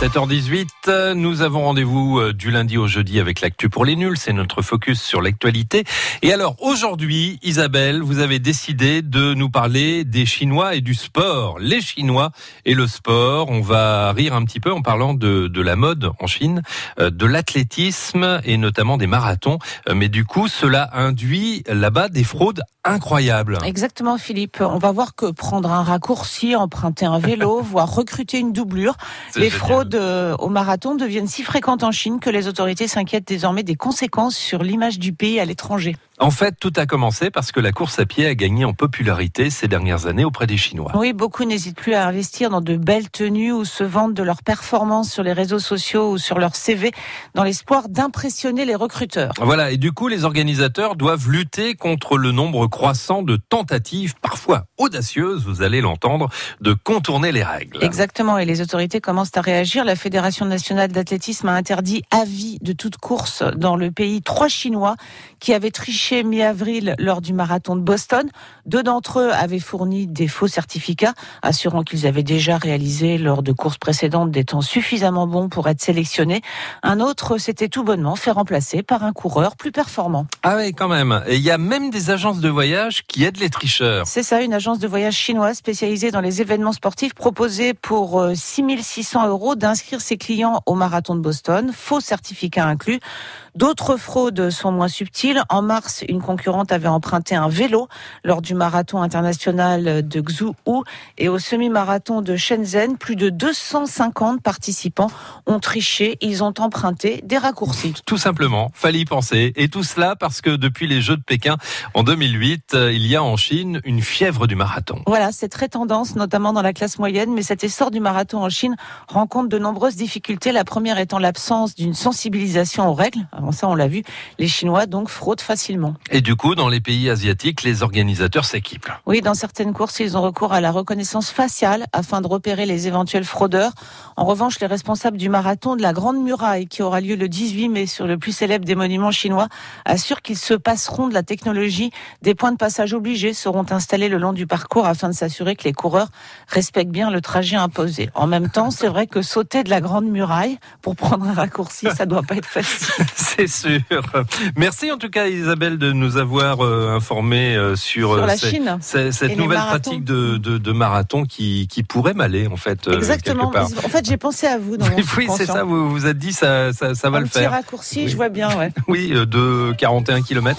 7h18, nous avons rendez-vous du lundi au jeudi avec l'actu pour les nuls. C'est notre focus sur l'actualité. Et alors, aujourd'hui, Isabelle, vous avez décidé de nous parler des Chinois et du sport. Les Chinois et le sport. On va rire un petit peu en parlant de la mode en Chine, de l'athlétisme et notamment des marathons. Mais du coup, cela induit là-bas des fraudes incroyables. Exactement, Philippe. On va voir que prendre un raccourci, emprunter un vélo, voire recruter une doublure. Les fraudes au marathon deviennent si fréquentes en Chine que les autorités s'inquiètent désormais des conséquences sur l'image du pays à l'étranger. En fait, tout a commencé parce que la course à pied a gagné en popularité ces dernières années auprès des Chinois. Oui, beaucoup n'hésitent plus à investir dans de belles tenues ou se vantent de leurs performances sur les réseaux sociaux ou sur leur CV dans l'espoir d'impressionner les recruteurs. Voilà, et du coup, les organisateurs doivent lutter contre le nombre croissant de tentatives, parfois audacieuses, vous allez l'entendre, de contourner les règles. Exactement, et les autorités commencent à réagir. La Fédération nationale d'athlétisme a interdit à vie de toute course dans le pays 3 Chinois qui avaient triché mi-avril lors du marathon de Boston. 2 d'entre eux avaient fourni des faux certificats, assurant qu'ils avaient déjà réalisé lors de courses précédentes des temps suffisamment bons pour être sélectionnés. Un autre s'était tout bonnement fait remplacer par un coureur plus performant. Ah oui, quand même. Et il y a même des agences de voyage qui aident les tricheurs. C'est ça, une agence de voyage chinoise spécialisée dans les événements sportifs proposait pour 6 600 € d'inscrire ses clients au marathon de Boston, faux certificats inclus. D'autres fraudes sont moins subtiles. En mars, une concurrente avait emprunté un vélo lors du marathon international de Xuzhou et au semi-marathon de Shenzhen, plus de 250 participants ont triché. Ils ont emprunté des raccourcis. Tout simplement, fallait y penser. Et tout cela parce que depuis les Jeux de Pékin en 2008, il y a en Chine une fièvre du marathon. Voilà, c'est très tendance, notamment dans la classe moyenne, mais cet essor du marathon en Chine rencontre de nombreuses difficultés. La première étant l'absence d'une sensibilisation aux règles. Avant ça, on l'a vu, les Chinois donc fraudent facilement. Et du coup, dans les pays asiatiques, les organisateurs s'équipent. Oui, dans certaines courses, ils ont recours à la reconnaissance faciale afin de repérer les éventuels fraudeurs. En revanche, les responsables du marathon de la Grande Muraille, qui aura lieu le 18 mai sur le plus célèbre des monuments chinois, assurent qu'ils se passeront de la technologie. Des points de passage obligés seront installés le long du parcours afin de s'assurer que les coureurs respectent bien le trajet imposé. En même temps, c'est vrai que sauter de la Grande Muraille pour prendre un raccourci, ça doit pas être facile. C'est sûr. Merci en tout cas Isabelle de nous avoir informé sur la Chine cette nouvelle pratique de marathon qui pourrait m'aller en fait. Exactement. Quelque part. En fait, j'ai pensé à vous dans mon Oui, c'est ça. Vous vous êtes dit ça va le faire. Un petit raccourci, oui. Je vois bien, ouais. Oui, de 41 km.